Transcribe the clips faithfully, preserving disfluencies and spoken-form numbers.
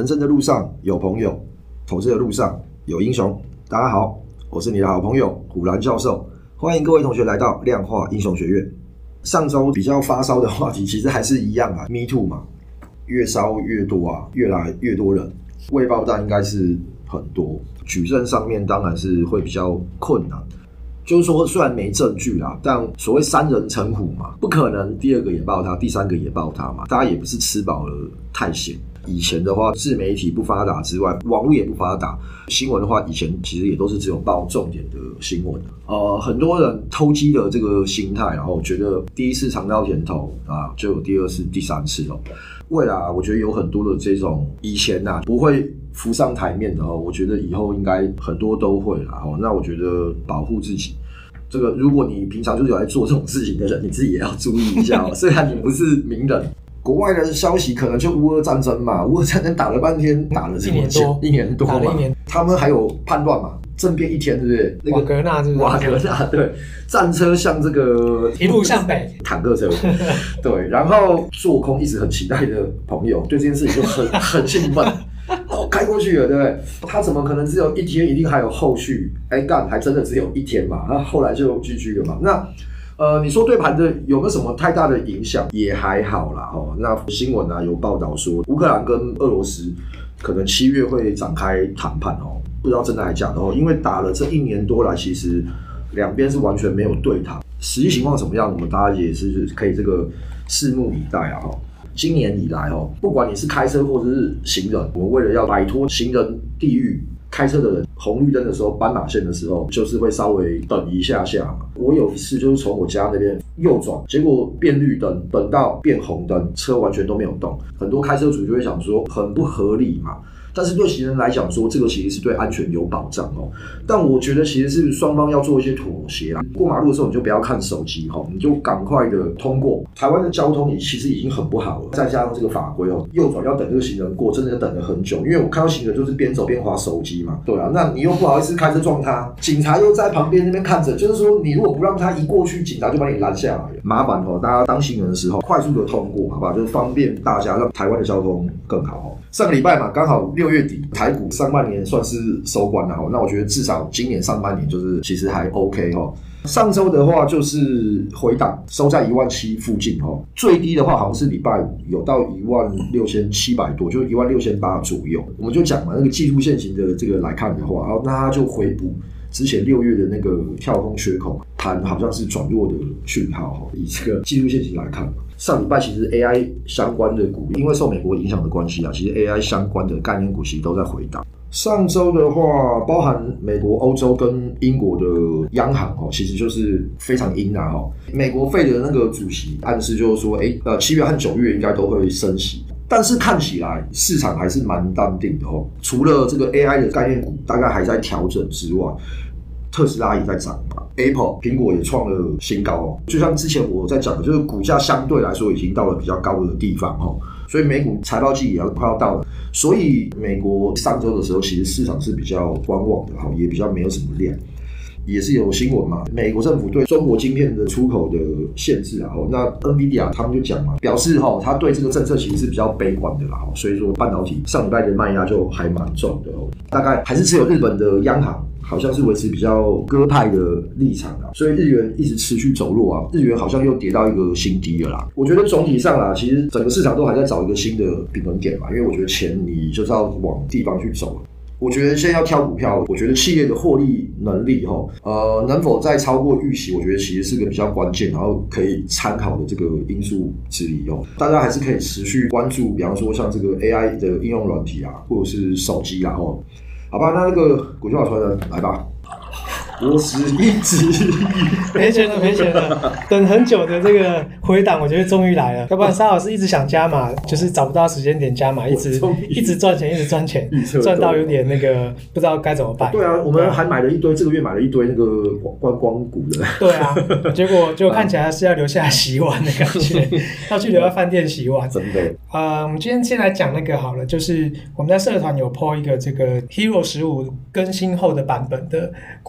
人生的路上有朋友，投资的路上有英雄。大家好，我是你的好朋友虎兰教授，欢迎各位同学来到量化英雄学院。上周比较发烧的话题其实还是一样啊 ，Me Too 嘛，越烧越多啊，越来越多人，未爆弹应该是很多，举证上面当然是会比较困难。就是说，虽然没证据啦，但所谓三人成虎嘛，不可能第二个也爆他，第三个也爆他嘛。大家也不是吃饱了太闲。以前的话，自媒体不发达之外，网络也不发达，新闻的话，以前其实也都是只有报重点的新闻。呃，很多人偷鸡的这个心态，然后觉得第一次尝到甜头啊，就有第二次、第三次哦。未来我觉得有很多的这种以前啊不会浮上台面的哦，我觉得以后应该很多都会啦哦。那我觉得保护自己。这个，如果你平常就是有在做这种事情的人，你自己也要注意一下哦。虽然你不是名人，国外的消息可能就乌俄战争嘛，乌俄战争打了半天，打了这么久，一年多，一年多嘛，他们还有叛乱嘛，政变一天，对不对？那个瓦格纳是不是？ 瓦格纳对，战车向这个一路向北， 坦克车对，然后做空一直很期待的朋友，对这件事情就很很兴奋。哦，开过去了，对不对？他怎么可能只有一天？一定还有后续？哎，干，还真的只有一天嘛？那后来就 G G 了嘛？那呃，你说对盘的有没有什么太大的影响？也还好啦。哦，那新闻啊有报道说，乌克兰跟俄罗斯可能七月会展开谈判哦，不知道真的还假的哦。因为打了这一年多来，其实两边是完全没有对谈，实际情况怎么样，我们大家也是可以这个拭目以待啊。哦。今年以来哦，不管你是开车或者是行人，我们为了要摆脱行人地狱，开车的人红绿灯的时候、斑马线的时候，就是会稍微等一下下嘛。我有一次就是从我家那边右转，结果变绿灯，等到变红灯，车完全都没有动。很多开车主就会想说，很不合理嘛。但是对行人来讲说，这个其实是对安全有保障哦。但我觉得其实是双方要做一些妥协啦。过马路的时候你就不要看手机哈，你就赶快的通过。台湾的交通也其实已经很不好了，再加上这个法规哦，右转要等这个行人过，真的要等了很久。因为我看到行人就是边走边滑手机嘛，对啊，那你又不好意思开车撞他，警察又在旁边那边看着，就是说你如果不让他一过去，警察就把你拦下来。麻烦哦，大家当行人的时候快速的通过，好不好？就是方便大家，让台湾的交通更好哦。上个礼拜嘛，刚好六月底，台股上半年算是收官了哈。那我觉得至少今年上半年就是其实还 OK 哈。上周的话就是回档收在一万七附近哈，最低的话好像是礼拜五有到一万六千七百多，就一万六千八左右。我们就讲嘛，那个技术线型的这个来看的话，然后那它就回补之前六月的那个跳空缺口，盘好像是转弱的讯号哈。以这个技术线型来看。上礼拜其实 A I 相关的股，因为受美国影响的关系啊，其实 A I 相关的概念股其实都在回档。上周的话，包含美国、欧洲跟英国的央行哦，其实就是非常鹰啊哈。美国费的那个主席暗示就是说，哎，呃，七月和九月应该都会升息，但是看起来市场还是蛮淡定的哦。除了这个 A I 的概念股大概还在调整之外，特斯拉也在涨嘛 ，Apple 苹果也创了新高哦。就像之前我在讲的，就是股价相对来说已经到了比较高的地方哦，所以美股财报季也要快要到了。所以美国上周的时候，其实市场是比较观望的哈，也比较没有什么量。也是有新闻嘛，美国政府对中国晶片的出口的限制啊，那 NVIDIA 他们就讲嘛，表示哈，他对这个政策其实是比较悲观的啦，所以说半导体上礼拜的卖压就还蛮重的哦，大概还是只有日本的央行好像是维持比较鸽派的立场啊，所以日元一直持续走弱啊，日元好像又跌到一个新低了啦。我觉得总体上啦，其实整个市场都还在找一个新的平衡点嘛，因为我觉得钱你就是要往地方去走。我觉得现在要挑股票，我觉得企业的获利能力齁，呃，能否再超过预期，我觉得其实是个比较关键，然后可以参考的这个因素之一哦。大家还是可以持续关注，比方说像这个 A I 的应用软体啊，或者是手机啦齁。好吧，那那个股票传人来吧。我是一只赔钱了，赔钱了！等很久的这个回档，我觉得终于来了。要不然沙老师一直想加码，就是找不到时间点加码，一直一直赚钱，一直赚钱，赚到有点那个不知道该怎么办。 对啊，我们还买了一堆，这个月买了一堆那个观光股的。 对啊，结果就看起来是要留下来洗碗的感觉，要去留在饭店洗碗。 真的。 呃，我们今天先来讲那个好了，就是我们在社团有 po 一个这个 Hero 十五更新后的版本的股票。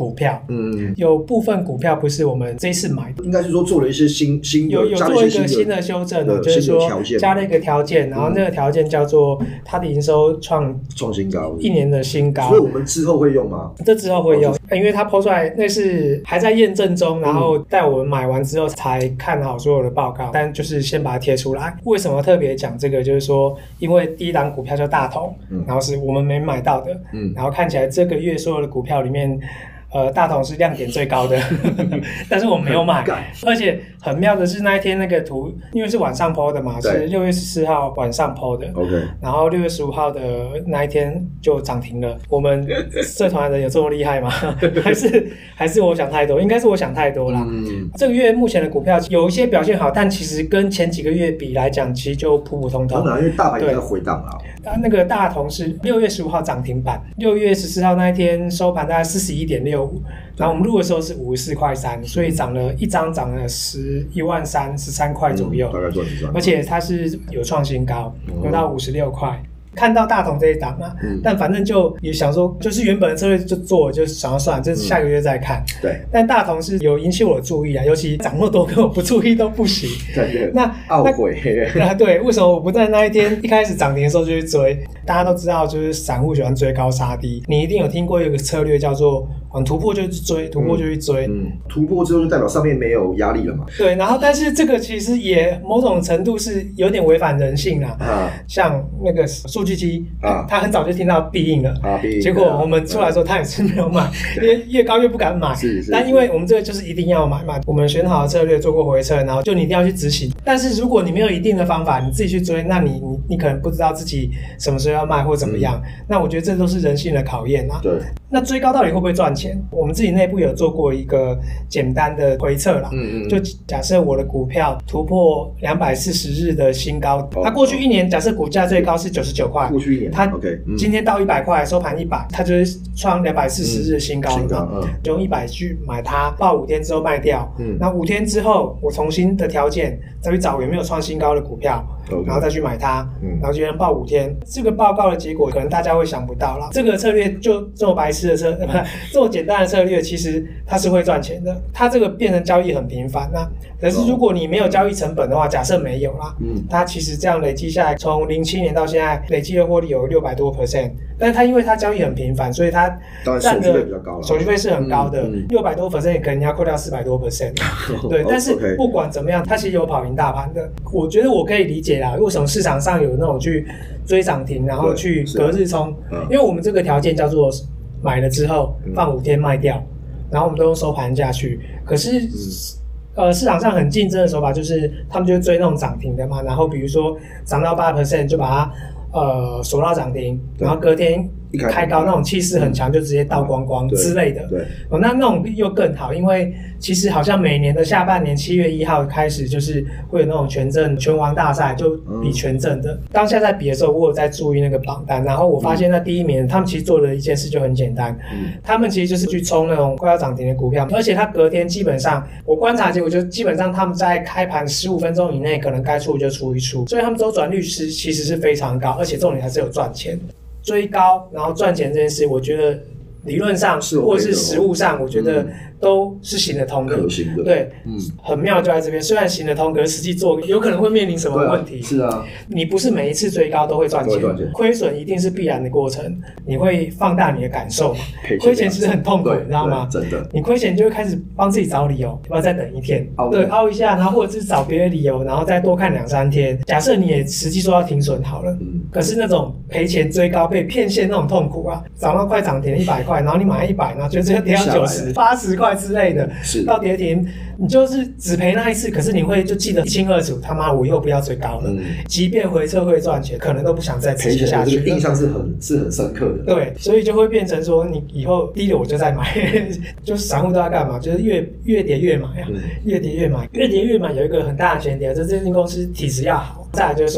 嗯，有部分股票不是我们这一次买的， 应该是说做了一些新新有有做一个新的修正的，就是说加了一个条件，然后那个条件叫做它的营收创创新高， 一年的新高。 所以我们之后会用吗？ 这之后会用，因为它抛出来那是还在验证中，然后待我们买完之后才看好所有的报告，但就是先把它贴出来。为什么特别讲这个？就是说，因为第一档股票叫大同，嗯、然后是我们没买到的，嗯，然后看起来这个月所有的股票里面。呃，大同是亮点最高的，但是我没有买，而且很妙的是那一天那个图，因为是晚上 po 的嘛，是六月十四号晚上 po 的 ，OK， 然后六月十五号的那一天就涨停了。我们社团的人有这么厉害吗？还是还是我想太多？应该是我想太多啦。嗯，这个月目前的股票有一些表现好，但其实跟前几个月比来讲，其实就普普通通。 当然，因为大盘也在回档了。 啊，那个大同是六月十五号涨停板，六月十四号那一天收盘大概四十一点六五，然后我们录的时候是五十四块三，所以涨了一张涨了十一万三十三块左右， 嗯、大概赚十三， 而且它是有创新高，有到五十六块。看到大同这一档嘛，嗯、但反正就也想说，就是原本的策略就做，就想要算，这下个月再看。 嗯、对。 但大同是有引起我的注意啊，尤其涨那么多，跟我不注意都不行。 对对。 那懊悔。 那对，为什么我不在那一天一开始涨停的时候就去追？大家都知道，就是散户喜欢追高杀低，你一定有听过一个策略叫做往突破就去追，突破就去追。 嗯。嗯突破之后就代表上面没有压力了嘛？ 对，然后但是这个其实也某种程度是有点违反人性啦。啊。像那个数据机啊。他很早就听到必应了，啊、必应结果我们出来的时候他也是没有买，因为越高越不敢买。 是是是但因为我们这个就是一定要买嘛，我们选好的策略做过回测，然后就你一定要去执行。但是如果你没有一定的方法，你自己去追，那你你你可能不知道自己什么时候要卖或怎么样。嗯、那我觉得这都是人性的考验啊。 对。 那追高到底会不会赚钱？我们自己内部有做过一个简单的回测啦。嗯嗯。就假设我的股票突破两百四十日的新高，它、哦、过去一年假设股价最高是九十九块， 过去一年它。 OK， 嗯、 今天到一百块，收盘一百，它就是创两百四十日的新高了嘛、嗯嗯、就用一百去买它，报五天之后卖掉。嗯，那五天之后，我重新的条件再去找有没有创新高的股票， okay, 然后再去买它。嗯，然后今天报五天，这个报告的结果可能大家会想不到啦。这个策略就这么白痴的策，不这么简单的策略，其实它是会赚钱的。它这个变成交易很频繁，那可是如果你没有交易成本的话，假设没有啦，嗯，它其实这样累积下来，从零七年到现在累积的获利有六百多 percent， 但是它因为它交易很频繁，所以它占的手续费比较高了， 手续费是很高的，六百多 percent 可能要扣掉四百多 percent， 对，但是不管怎么样，它其实有跑赢大盘的。我觉得我可以理解啦，为什么市场上有那种去追涨停，然后去隔日冲，因为我们这个条件叫做买了之后放五天卖掉，然后我们都用收盘价去，可是。呃，市场上很竞争的手法就是他们就追那种涨停的嘛，然后比如说涨到 百分之八 就把它呃锁到涨停，然后隔天开高那种气势很强，就直接倒光光之类的。 对， 哦，那那种又更好，因为其实好像每年的下半年七月一号开始，就是会有那种全证拳王大赛，就比全证的。嗯、当下在比的时候，我有在注意那个榜单，然后我发现那第一名，嗯、他们其实做的一件事就很简单，嗯、他们其实就是去冲那种快要涨停的股票，而且他隔天基本上我观察结果就基本上他们在开盘十五分钟以内，可能该出就出一出，所以他们周转率是其实是非常高，而且重点还是有赚钱。追高然后赚钱这件事，我觉得理论上或是实务上，我觉得都是行得通的， 可行的。 对，嗯，很妙就在这边。虽然行得通，可是实际做有可能会面临什么问题？ 啊是啊， 你不是每一次追高都会赚钱，亏损一定是必然的过程。你会放大你的感受嘛？亏钱其实很痛苦，你知道吗？ 真的， 你亏钱就会开始帮自己找理由，要不要再等一天？对，凹一下，然后或者是找别的理由，然后再多看两三天。假设你也实际说要停损好了，嗯，可是那种赔钱追高被骗线那种痛苦啊，涨到快涨停一百块，然后你买一百，然后就这个跌到九十、八十块之类的， 是到跌停，你就是只赔那一次，可是你会就记得一清二楚，他妈我又不要追高了，嗯、即便回撤会赚钱，可能都不想再持续下去。 这个印象是很是很深刻的。 对，所以就会变成说，你以后低了我就再买，就是散户都要干嘛？就是越越跌越买啊，嗯、越跌越买，越跌越买有一个很大的前提，就是这间公司体质要好。再来就是说，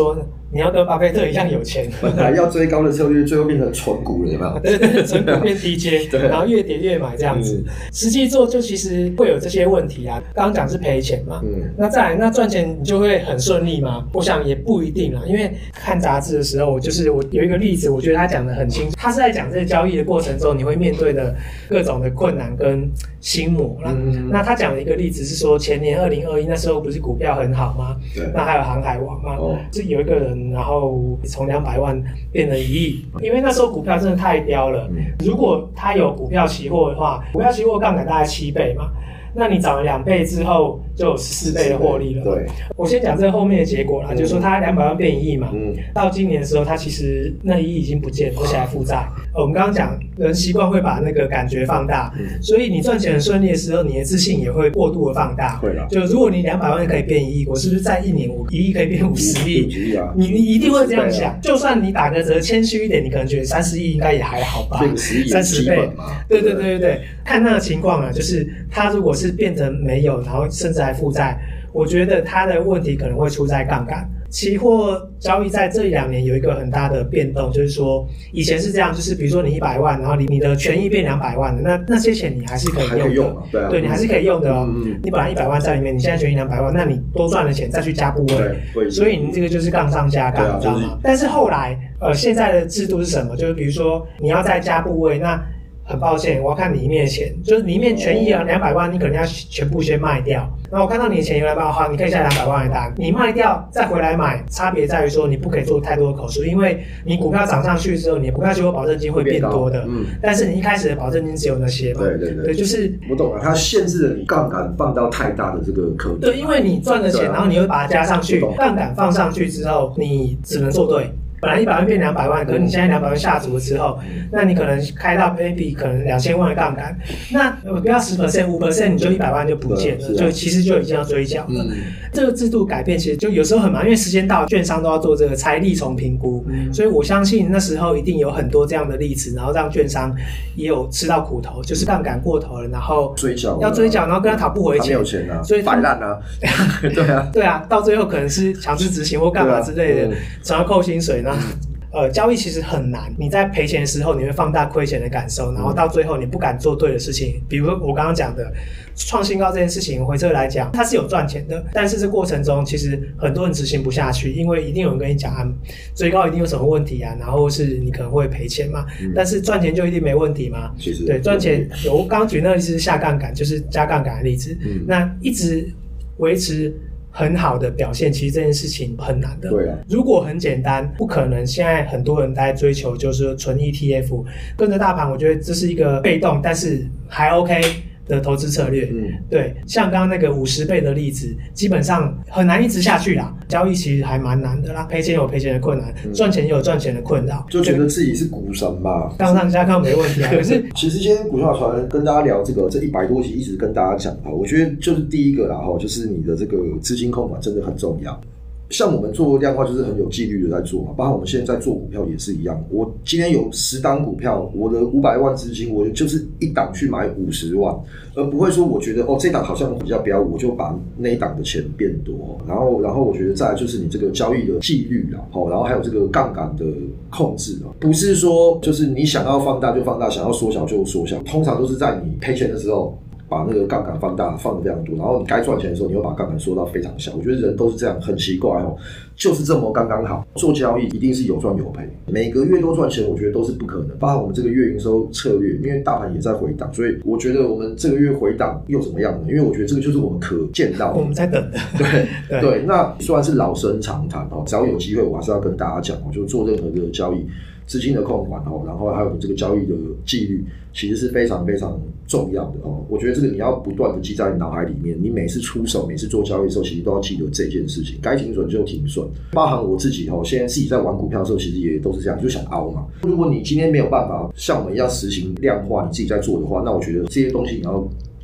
你要跟巴菲特一样有钱， 本来要追高的策略，最后变成纯股了，有没有？ 对对，纯股变低阶，然后越跌越买这样子。嗯、实际做就其实会有这些问题啊。刚刚讲是赔钱嘛，嗯，那再来那赚钱你就会很顺利吗？我想也不一定啦，因为看杂志的时候，我就是我有一个例子，我觉得他讲得很清楚，他是在讲这个交易的过程中你会面对的各种的困难跟心魔啦。嗯、那他讲的一个例子是说，前年二零二一那时候不是股票很好吗？对，那还有航海王嘛，哦，就有一个人。然后从两百万变成一亿，因为那时候股票真的太飙了。如果他有股票期货的话，股票期货杠杆大概七倍嘛，那你涨了两倍之后就有十四倍的获利了。对，我先讲这后面的结果啦，嗯、就是说他两百万变一亿嘛，嗯、到今年的时候，他其实那一亿已经不见了，而且还负债。呃、我们刚刚讲人习惯会把那个感觉放大，嗯、所以你赚钱很顺利的时候，你的自信也会过度的放大。会啦，就如果你两百万可以变一亿，我是不是在一年我一亿可以变五十亿？你你一定会这样想。就算你打个折，谦虚一点，你可能觉得三十亿应该也还好吧？三十倍嘛。对对对对对，看那个情况啊，就是他如果是变成没有，然后甚至还负债，我觉得他的问题可能会出在杠杆。期货交易在这一两年有一个很大的变动，就是说以前是这样，就是比如说你一百万，然后你你的权益变两百万的，那那些钱你还是可以用的，用对, 啊、对你还是可以用的哦。嗯、你本来一百万在里面，你现在权益两百万，那你多赚的钱再去加部位，所以你这个就是杠上加杠，啊、你知道吗？就是、但是后来呃现在的制度是什么？就是比如说你要再加部位，那很抱歉，我要看你里面的钱，就是里面权益啊两百万，你可能要全部先卖掉。然后我看到你的钱有两百万，好，你可以下两百万的单，你卖掉再回来买，差别在于说你不可以做太多的口数，因为你股票涨上去之后，你股票期货保证金会变多的，嗯，但是你一开始的保证金只有那些嘛，对对对，对，就是我懂了，它限制了你杠杆放到太大的这个可能， 对，因为你赚的钱，然后你会把它加上去，杠杆放上去之后，你只能做对。本来一百万变两百万，可是你现在两百万下足了之后，那你可能开到 maybe 可能两千万的杠杆，那不要十 percent 五 percent 你就一百万就不见了，就其实就已经要追缴了。嗯、这个制度改变其实就有时候很忙，因为时间到，券商都要做这个财力重评估，嗯、所以我相信那时候一定有很多这样的例子，然后让券商也有吃到苦头，就是杠杆过头了，然后追缴要追缴，然后跟他讨不回钱， 没有钱啊，所以摆烂啊，对啊， 对啊，到最后可能是强制执行或干嘛之类的，想要扣薪水呢。呃，交易其实很难。你在赔钱的时候，你会放大亏钱的感受，然后到最后你不敢做对的事情。比如我刚刚讲的创新高这件事情，回撤来讲，它是有赚钱的，但是这过程中其实很多人执行不下去，因为一定有人跟你讲啊，追高一定有什么问题啊，然后是你可能会赔钱嘛。嗯、但是赚钱就一定没问题吗？其实对，赚钱有我刚刚举那个例子是下杠杆，就是加杠杆的例子。嗯、那一直维持很好的表现，其实这件事情很难的。对啊，如果很简单，不可能。现在很多人在追求就是纯 E T F， 跟着大盘，我觉得这是一个被动，但是还 OK 的投资策略。嗯，对，像刚刚那个五十倍的例子，基本上很难一直下去啦。交易其实还蛮难的啦，赔钱有赔钱的困难，赚、嗯、钱也有赚钱的困扰， 就觉得自己是股神吧， 杠上加杠没问题啊。可是其实今天股票传跟大家聊这个这一百多集，一直跟大家讲啊，我觉得就是第一个啦哈，就是你的这个资金控管真的很重要。像我们做量化就是很有纪律的在做嘛，包括我们现在在做股票也是一样。我今天有十档股票，我的五百万资金，我就是一档去买五十万，而不会说我觉得哦这档好像比较标，我就把那一档的钱变多。然后，然后我觉得再来就是你这个交易的纪律啦，哦，然后还有这个杠杆的控制啊，不是说就是你想要放大就放大，想要缩小就缩小，通常都是在你赔钱的时候。把那个杠杆放大，放得非常多，然后你该赚钱的时候，你又把杠杆缩到非常小。我觉得人都是这样，很奇怪哦，就是这么刚刚好。做交易一定是有赚有赔，每个月都赚钱，我觉得都是不可能。包含我们这个月营收策略，因为大盘也在回档，所以我觉得我们这个月回档又怎么样呢？因为我觉得这个就是我们可见到的， 我们在等的。 对 对, 对，那虽然是老生常谈哦，只要有机会，我还是要跟大家讲哦，就做任何的交易。资金的控管哦，然后还有你这个交易的纪律，其实是非常非常重要的哦。我觉得这个你要不断的记在脑海里面，你每次出手、每次做交易的时候，其实都要记得这件事情，该停损就停损。包含我自己哦，现在自己在玩股票的时候，其实也都是这样，就想凹嘛。如果你今天没有办法像我们一样实行量化，你自己在做的话，那我觉得这些东西你要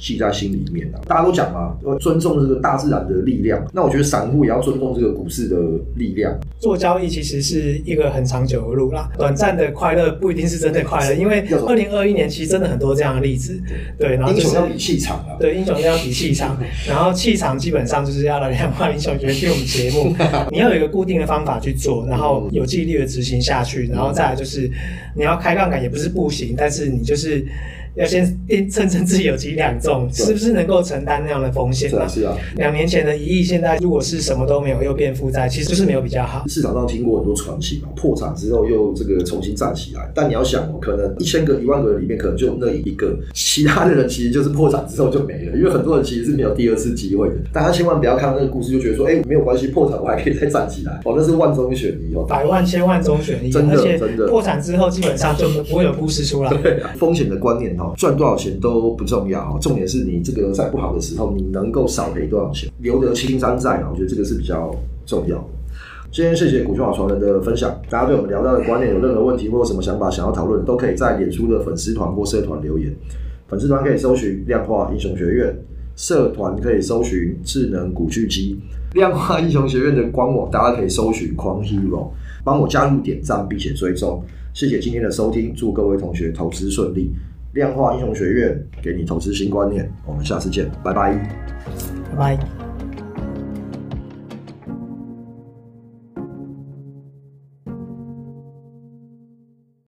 记在心里面啊。大家都讲嘛，尊重这个大自然的力量，那我觉得散户也要尊重这个股市的力量。 做交易其实是一个很长久的路啦，短暂的快乐不一定是真的快乐，因为二零二一年其实真的很多这样的例子。对，然后、就是、 英雄要比气场啊。 对，英雄要比气场，然后气场基本上就是要来量化英雄学听我们节目，你要有一个固定的方法去做，然后有纪律的执行下去，然后再来就是你要开杠杆也不是不行，但是你就是要先称称自己有几两重，是不是能够承担那样的风险？ 是啊，是啊。 两年前的一亿，现在如果是什么都没有又变负债，其实就是没有比较好。 市场上听过很多传奇嘛，破产之后又这个重新站起来，但你要想哦，可能一千个、一万个人里面可能就那一个，其他的人其实就是破产之后就没了，因为很多人其实是没有第二次机会的。大家千万不要看到那个故事就觉得说，哎、欸，没有关系，破产我还可以再站起来，哦，那是万中选一哦， 百万千万中选一， 真的， 而且真的破产之后基本上就不会有故事出来。 对、啊，风险的观念哦，赚多少钱都不重要，重点是你这个在不好的时候你能够少赔多少钱，留得青山在，我觉得这个是比较重要的。今天谢谢股权好传人的分享，大家对我们聊到的观念有任何问题或有什么想法想要讨论，都可以在脸书的粉丝团或社团留言。粉丝团可以搜寻量化英雄学院，社团可以搜寻智能股巨基。量化英雄学院的官网大家可以搜寻狂 Hero， 帮我加入点赞并且追踪。谢谢今天的收听，祝各位同学投资顺利。量化英雄学院给你投资新观念，我们下次见，拜拜， 拜拜。